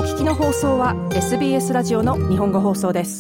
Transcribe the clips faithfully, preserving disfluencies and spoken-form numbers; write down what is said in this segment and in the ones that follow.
聞きの放送は エスビーエス ラジオの日本語放送です。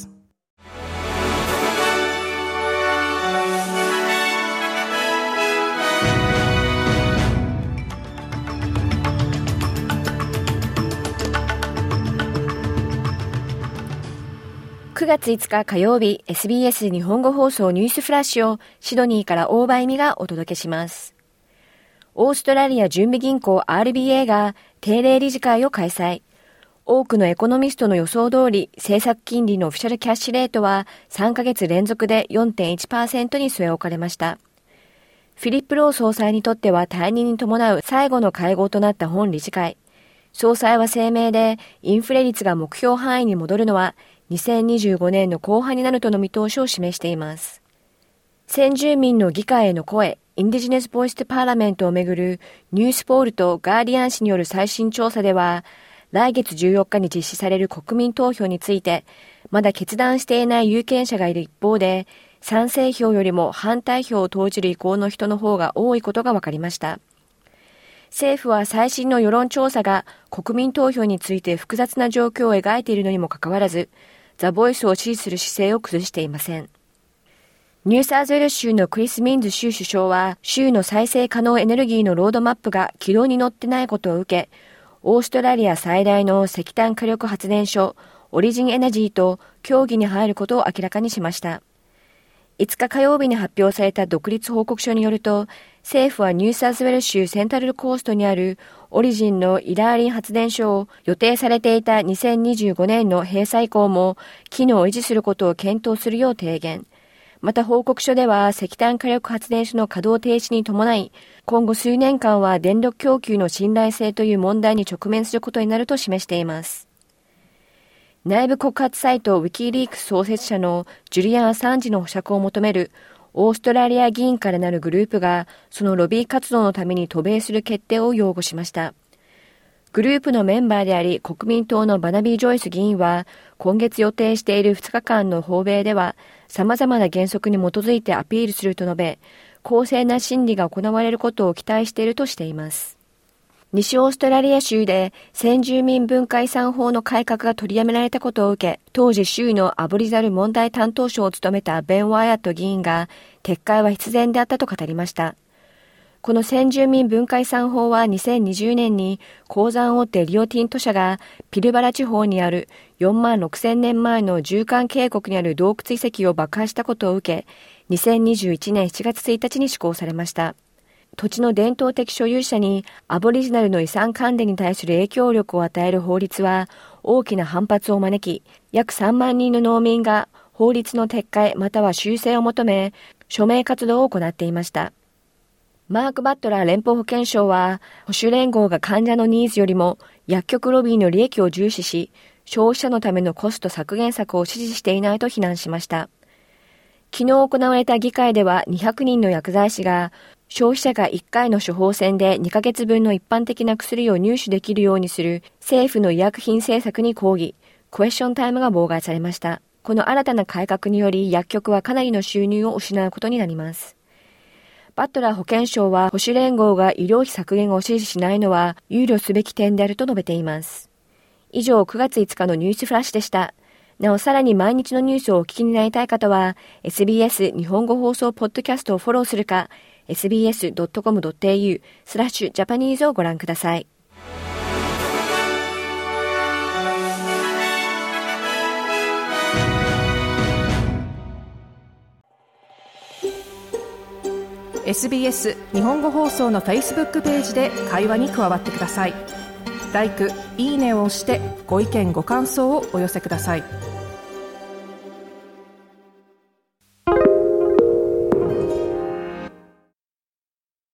くがついつか火曜日、 エスビーエス 日本語放送ニュースフラッシュをシドニーから大場恵美がお届けします。オーストラリア準備銀行 アールビーエー が定例理事会を開催。多くのエコノミストの予想通り、政策金利のオフィシャルキャッシュレートはさんかげつ連続で よんてんいちパーセント に据え置かれました。フィリップ・ロー総裁にとっては退任に伴う最後の会合となった本理事会。総裁は声明で、インフレ率が目標範囲に戻るのはにせんにじゅうごねんの後半になるとの見通しを示しています。先住民の議会への声、インディジネス・ボイス・パーラメントをめぐるニュースポールとガーディアン紙による最新調査では、来月じゅうよっかに実施される国民投票について、まだ決断していない有権者がいる一方で、賛成票よりも反対票を投じる意向の人の方が多いことが分かりました。政府は最新の世論調査が国民投票について複雑な状況を描いているのにもかかわらず、ザ・ボイスを支持する姿勢を崩していません。ニューサウスウェルズ州のクリス・ミンズ州首相は、州の再生可能エネルギーのロードマップが軌道に乗ってないことを受け、オーストラリア最大の石炭火力発電所、オリジンエナジーと協議に入ることを明らかにしました。いつか火曜日に発表された独立報告書によると、政府はニューサウスウェルズ州セントラルコーストにあるオリジンのイラーリン発電所を予定されていたにせんにじゅうごねんの閉鎖以降も機能を維持することを検討するよう提言。また報告書では石炭火力発電所の稼働停止に伴い、今後数年間は電力供給の信頼性という問題に直面することになると示しています。内部告発サイトウィキリークス創設者のジュリアン・アサンジの保釈を求めるオーストラリア議員からなるグループがそのロビー活動のために渡米する決定を擁護しました。グループのメンバーであり国民党のバナビー・ジョイス議員は今月予定しているふつかかんの訪米では様々な原則に基づいてアピールすると述べ、公正な審理が行われることを期待しているとしています。西オーストラリア州で先住民文化遺産法の改革が取りやめられたことを受け、当時州のアボリザル問題担当相を務めたベン・ワイアット議員が撤回は必然であったと語りました。この先住民文化遺産法はにせんにじゅうねんに鉱山大手リオティント社がピルバラ地方にあるよんまんろくせんねんまえの縦貫渓谷にある洞窟遺跡を爆破したことを受け、にせんにじゅういちねんしちがつついたちに施行されました。土地の伝統的所有者にアボリジナルの遺産関連に対する影響力を与える法律は大きな反発を招き、約さんまんにんの農民が法律の撤回または修正を求め、署名活動を行っていました。マーク・バットラー連邦保健相は、保守連合が患者のニーズよりも薬局ロビーの利益を重視し、消費者のためのコスト削減策を支持していないと非難しました。昨日行われた議会ではにひゃくにんの薬剤師が、消費者がいっかいの処方箋でにかげつぶんの一般的な薬を入手できるようにする政府の医薬品政策に抗議、クエスチョンタイムが妨害されました。この新たな改革により薬局はかなりの収入を失うことになります。バットラー保健相は保守連合が医療費削減を支持しないのは憂慮すべき点であると述べています。以上くがついつかのニュースフラッシュでした。なおさらに毎日のニュースをお聞きになりたい方は エスビーエス 日本語放送ポッドキャストをフォローするか エスビーエスドットコムドットエーユー スラッシュジャパニーズをご覧ください。 エスビーエス 日本語放送の Facebook ページで会話に加わってください。ライク、いいねを押してご意見ご感想をお寄せください。